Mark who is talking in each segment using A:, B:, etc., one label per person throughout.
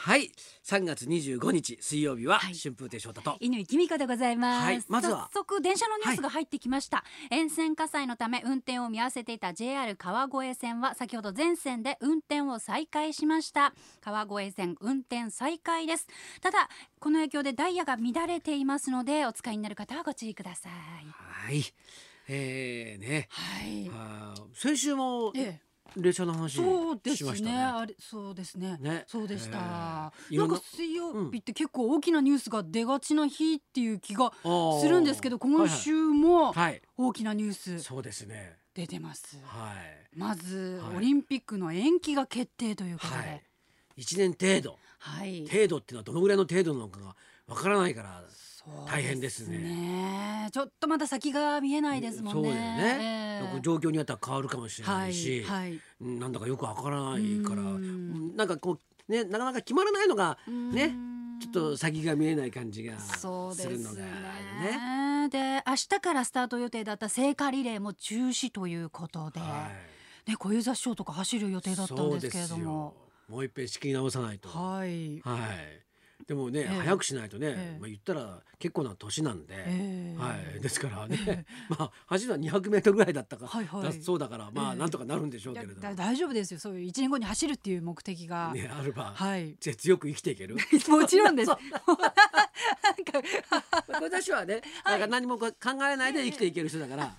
A: はい、3月25日水曜日は
B: はい
A: 春風亭昇太と、
B: 乾きみかでございます、
A: はいまずは
B: 早速電車のニュースが入ってきました、沿線火災のため運転を見合わせていた JR 川越線は先ほど全線で運転を再開しました。川越線運転再開です。ただこの影響でダイヤが乱れていますのでお使いになる方はご注意ください。
A: はいね、
B: はい
A: 先週も
B: ええ
A: 列車の話
B: そうですね。
A: しましたね。
B: あれそうですね。
A: ね
B: そうでした。
A: いろんな
B: なんか水曜日って結構大きなニュースが出がちな日っていう気がするんですけど、今週も
A: はい
B: 大きなニュース
A: そうですね。
B: 出てます。
A: はい
B: まず
A: はい
B: オリンピックの延期が決定ということ
A: は
B: で、
A: い、1年程度、
B: はい。
A: 程度っていうのはどのぐらいの程度なのかがわからないから
B: そう
A: 大変ですね。
B: ちょっとまだ先が見えないですもんね。
A: そうだよね、
B: ええ
A: 状況によっては変わるかもしれないし、
B: はいはい。
A: なんだかよくわからないから、
B: うん
A: なんかこうね、なかなか決まらないのがね、
B: うん
A: ちょっと先が見えない感じが
B: そうです
A: るのが
B: ね。で明日からスタート予定だった聖火リレーも中止ということで、
A: はい
B: 小遊三師匠とか走る予定だったんですけれども、
A: そうですよ、もう一遍仕切り直さないと。
B: はい
A: でもね、
B: え
A: 早くしないとね、
B: え
A: 言ったら結構な年なんで、
B: え
A: ですからね、走るのは200メートルぐらいだったか、
B: はいはい
A: だそうだからなんとかなるんでしょうけれども、
B: 大丈夫ですよ。そういう1年後に走るっていう目的が、
A: ね、あれば、
B: はい
A: 強く生きていける
B: もちろんです。なんか
A: 私はね、なんか何も考えないで生きていける人だから、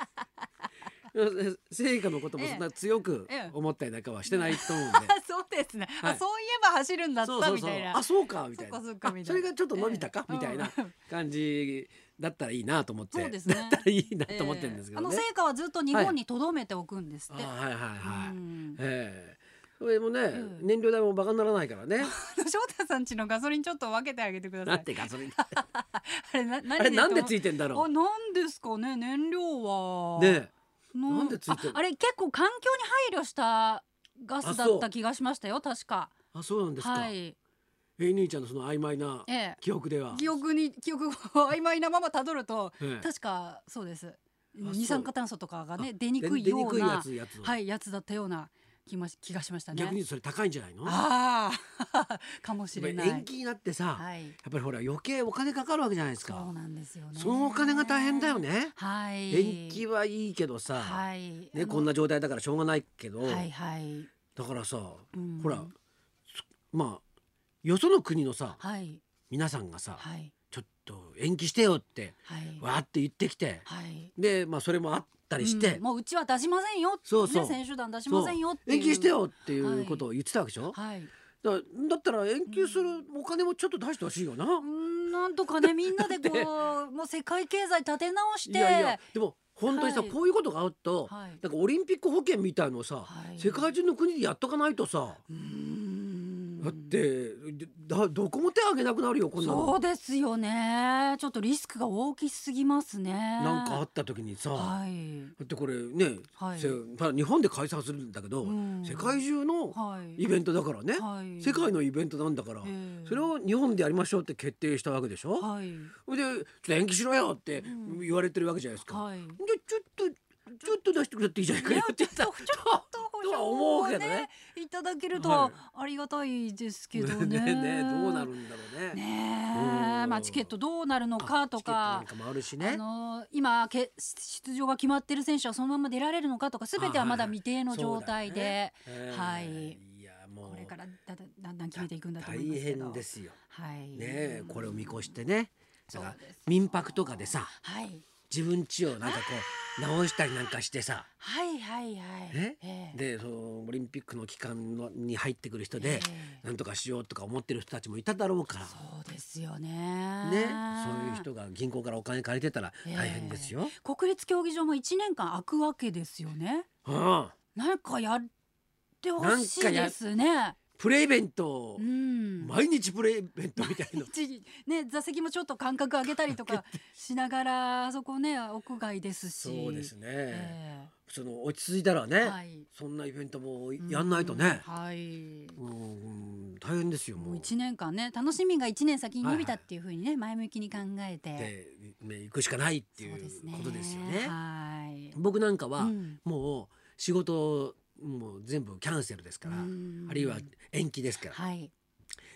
A: 成果のこともそんな強く思ったりなんかはしてないと思うんで、
B: そうですね、
A: はい
B: そういえば走るんだったみたいな。
A: あ、そうかみたいな、
B: そっかそっかみたいな
A: それがちょっと伸びたか、
B: ええ
A: みたいな感じだったらいいなと思って、
B: そうですね
A: だったらいいなと思ってるんですけどね。
B: 成果はずっと日本に留めておくんですって。
A: はいはい、
B: うん
A: それもね、燃料代もバカにならないからね。
B: 翔太さんちのガソリンちょっと分けてあげてください。
A: なんてガソリン
B: あれ
A: あれなんでついてんだろう
B: なんですかね、燃料は
A: ね。なんでついてる
B: あれ結構環境に配慮したガスだった気がしましたよ、確か。
A: あ、そうなんですか。
B: はい
A: 兄ちゃんのその曖昧な
B: ええ
A: 記憶では、
B: 記憶を曖昧なままたどると、
A: ええ
B: 確かそうです。
A: そう
B: 二酸化炭素とかがね出に
A: 出
B: くいよ
A: にくい
B: うな
A: やつ
B: やつだったような気がしましたね。
A: 逆にそれ高いんじゃないの。
B: ああかもしれない。
A: 延期になってさ、
B: はい
A: やっぱりほら余計お金かかるわけじゃないですか。
B: そうなんですよね。
A: そのお金が大変だよね。
B: はい
A: 延期はいいけどさ、
B: はい
A: ね、こんな状態だからしょうがないけど、
B: はいはい
A: だからさ、
B: うん
A: ほらよその国のさ
B: はい
A: 皆さんがさ、
B: はい
A: ちょっと延期してよって
B: はい
A: わーって言ってきて、
B: はい
A: でそれもあったりして、
B: もううちは出しませんよ、
A: そうそう
B: 選手団出しませんよっていう
A: 延期してよっていうことを言ってたわけでしょ。
B: はい
A: だったら延期するお金もちょっと出してほしいよな。
B: なんとかねみんなでもう世界経済立て直して。
A: いやいやでも本当にさ、
B: はい
A: こういうことがあると、
B: はい
A: なんかオリンピック保険みたいのをさ、
B: はい
A: 世界中の国でやっとかないとさ、だってどこも手挙げなくなるよこんなの。
B: そうですよね。ちょっとリスクが大きすぎますね。
A: なんかあった時にさ、
B: はい
A: だってこれね、
B: はい
A: 日本で開催するんだけど、
B: うん
A: 世界中の
B: はい
A: イベントだからね、
B: はい
A: 世界のイベントなんだから、
B: ええ
A: それを日本でやりましょうって決定したわけでしょ。
B: はい
A: それでちょっと延期しろよって言われてるわけじゃないですか。
B: はい
A: でちょっと出してくれっていいじゃないかよって言った
B: ちょっと
A: とは思うけどね。
B: いただけると
A: はい
B: ありがたいですけどね。
A: ねどうなるんだろうね。
B: ねえ、チケットどうなるのかとか、
A: チケットなんかもあるしね。
B: 今出場が決まってる選手はそのまま出られるのかとか全てはまだ未定の状態で、はい、
A: いやもう
B: これからだんだん決めていくんだと思いますけど。
A: 大変ですよ。
B: はい
A: ねこれを見越してね。だから
B: そうです
A: 民泊とかでさ、
B: はい
A: 自分家をなんかこう直したりなんかしてさ、
B: はいはいはい。
A: でそのオリンピックの期間に入ってくる人で、なんとかしようとか思ってる人たちもいただろうから、
B: そうですよね。
A: ね、そういう人が銀行からお金借りてたら大変ですよ。
B: 国立競技場も1年間空くわけですよね。なんかやってほしいですね。
A: プレイベント、
B: うん
A: 毎日プレイベントみたいな
B: ね、座席もちょっと間隔上げたりとかしながらあそこね屋外ですし。
A: そうですね、その落ち着いたらね、
B: はい
A: そんなイベントもやんないとね、
B: はい、
A: 大変ですよ。
B: もう1年間ね楽しみが1年先に伸びたっていう風にね、前向きに考えて
A: で行くしかないっていうことですよね。
B: はい、
A: 僕なんかはもう仕事もう全部キャンセルですから、あるいは延期ですから、
B: はい、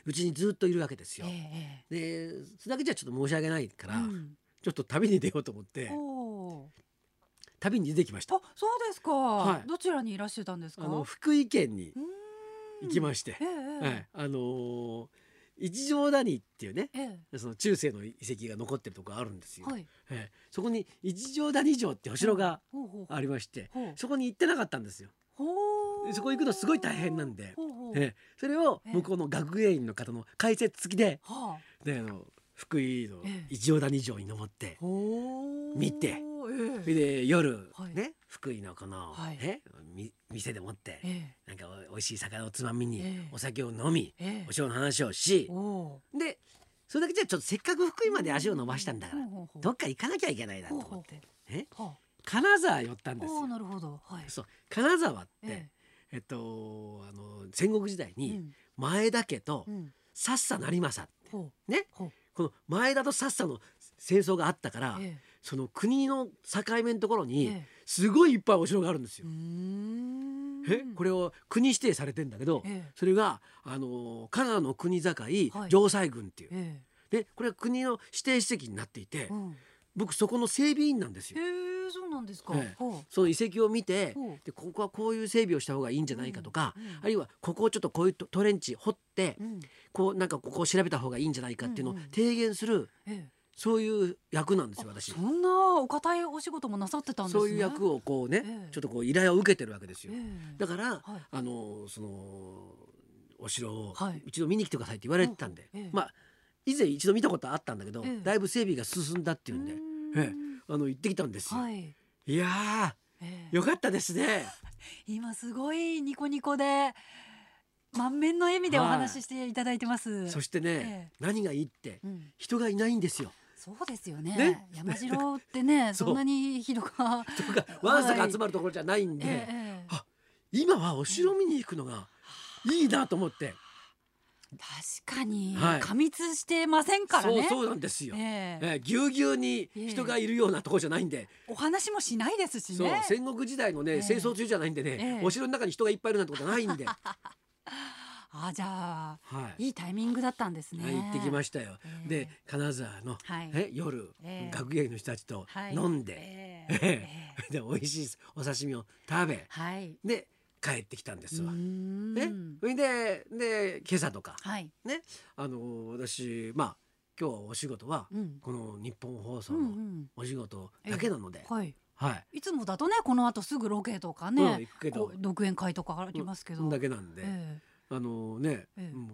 A: うちにずっといるわけですよ。でそれだけじゃちょっと申し訳ないから、ちょっと旅に出ようと思って旅に出てきました。
B: あ、そうですか、
A: はい、
B: どちらにいらっしゃったんですか？
A: 福井県に行きまして、はい、一乗谷っていうね、その中世の遺跡が残ってるところがあるんですよ。
B: はい、
A: そこに一乗谷城ってお城がありまして、そこに行ってなかったんですよ。そこ行くのすごい大変なんで、それを向こうの学芸員の方の解説付きで、で福井の一乗谷城に登って見て、で夜、ね、福井のこの、店でもって、なんかおいしい魚をつまみに、お酒を飲み、お城の話をし、でそれだけじゃちょっとせっかく福井まで足を伸ばしたんだから、どっか行かなきゃいけないなと思って、金沢寄ったんですよ。
B: なるほど、
A: そう金沢って、戦国時代に前田家とさっさ成政ってね、この前田とさっさの戦争があったから、その国の境目のところにすごいいっぱいお城があるんですよ。これを国指定されてんだけど、それが加賀の国境城西郡っていう、でこれは国の指定史跡になっていて、僕そこの整備員なんですよ。
B: そうなんですか。
A: その遺跡を見て、でここはこういう整備をした方がいいんじゃないかとか、あるいはここをちょっとこういうトレンチ掘って、こうなんかここを調べた方がいいんじゃないかっていうのを提言する、そういう役なんですよ私。
B: そんなお堅いお仕事もなさってたんですね。
A: そういう役をこうね、ちょっとこう依頼を受けてるわけですよ。だから、そのお城を一度見に来てくださいって言われてたんで、まあ以前一度見たことあったんだけど、だいぶ整備が進んだっていうんで、行ってきたんですよ。いやー、よかったですね。
B: 今すごいニコニコで満面の笑みでお話ししていただいてます。
A: そしてね、何がいいって、人がいないんですよ。
B: そうですよね。山城ってね、そんなに人が
A: わんさか集まるところじゃないんで、今はお城見に行くのがいいなと思って。
B: 確かに過密してませんからね。
A: そうなんですよ。ぎゅうぎゅうに人がいるようなところじゃないんで、
B: お話もしないですしね。
A: そう戦国時代のね、戦争中じゃないんでね、お城の中に人がいっぱいいるなんてことはないんで
B: じゃあ、いいタイミングだったんですね。
A: 行ってきましたよ。で金沢の、夜、学芸の人たちと飲んで、で美味しいお刺身を食べ、で帰ってきたんですわ。それで今朝とか、ね、私今日はお仕事は、この日本放送のお仕事だけなので、
B: いつもだとね、この後すぐロケとかね、
A: 行くけど
B: 独演会とかありますけど、
A: だけなんで、もうで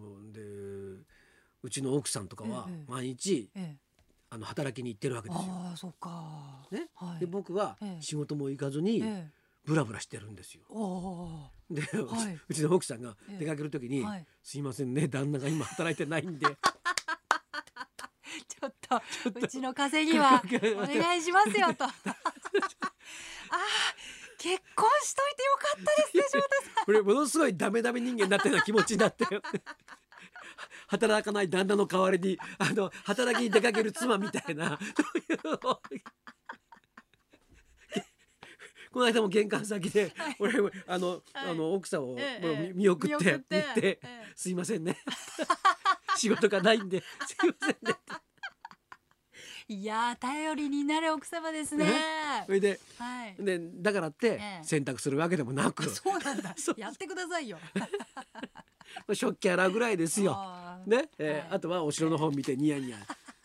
A: うちの奥さんとかは毎日、働きに行ってるわけですよ。
B: そうか。
A: で僕は仕事も行かずにブラブラしてるんですよ。で、うちの奥さんが出かける時に、すいませんね、旦那が今働いてないんで
B: ちょっとうちの稼ぎはお願いしますよと結婚しといてよかったですね、翔太さん。
A: これものすごいダメダメ人間になってるような気持ちになって働かない旦那の代わりに働きに出かける妻みたいなこの間も玄関先で、俺奥さんを見送って行って「すいませんね仕事がないんですいませんね」
B: いや頼りになる奥様ですね。
A: それでだからって洗濯するわけでもなく、
B: そうなんだやってくださいよ
A: 食器洗うぐらいですよ。あとはお城の方見てニヤニヤ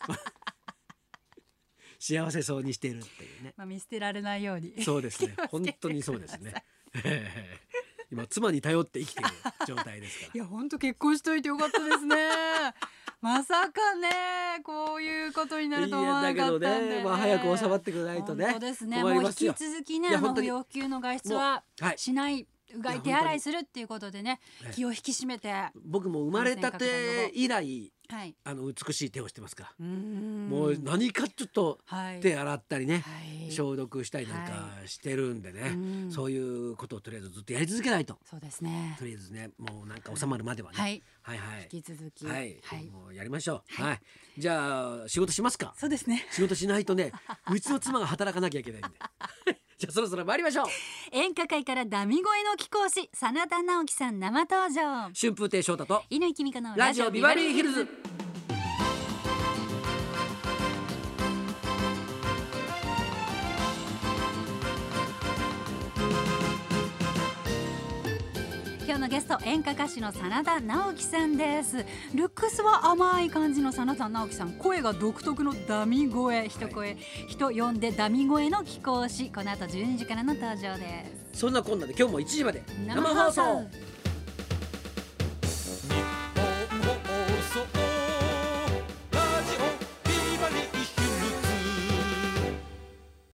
A: 幸せそうにしてるっていうね。
B: 見捨てられないように。
A: そうですね。本当にそうですね。今妻に頼って生きている状態ですから。
B: いや本当結婚しといてよかったですね。まさかねこういうことになると思わなかったんで、ね。
A: 早く収まってくれないとね。
B: 本当ですね。もう引き続きね不要不急の外出はしない。うがい手洗いするっていうことでね、気を引き締めて。
A: 僕も生まれたて以来美しい手をしてますから、もう何かちょっと手洗ったりね、消毒したりなんかしてるんでね、そういうことをとりあえずずっとやり続けないと。
B: そうですね。
A: とりあえずね、もうなんか収まるまではね、
B: 引き続き
A: もうやりましょう。じゃあ仕事しますか。
B: そうですね。
A: 仕事しないとね、うちの妻が働かなきゃいけないんでじゃあそろそろ参りましょう。
B: 演歌界からダミ声の貴公子真田ナオキさん生登場。
A: 春風亭昇太と
B: 乾きみかの
A: ラジオビバリーヒルズ。
B: 今日のゲスト演歌歌手の真田ナオキさんです。ルックスは甘い感じの真田ナオキさん、声が独特のダミ声、人呼んでダミ声の貴公子。この後12時からの登場です。
A: そんなこんなで今日も1時まで生放送。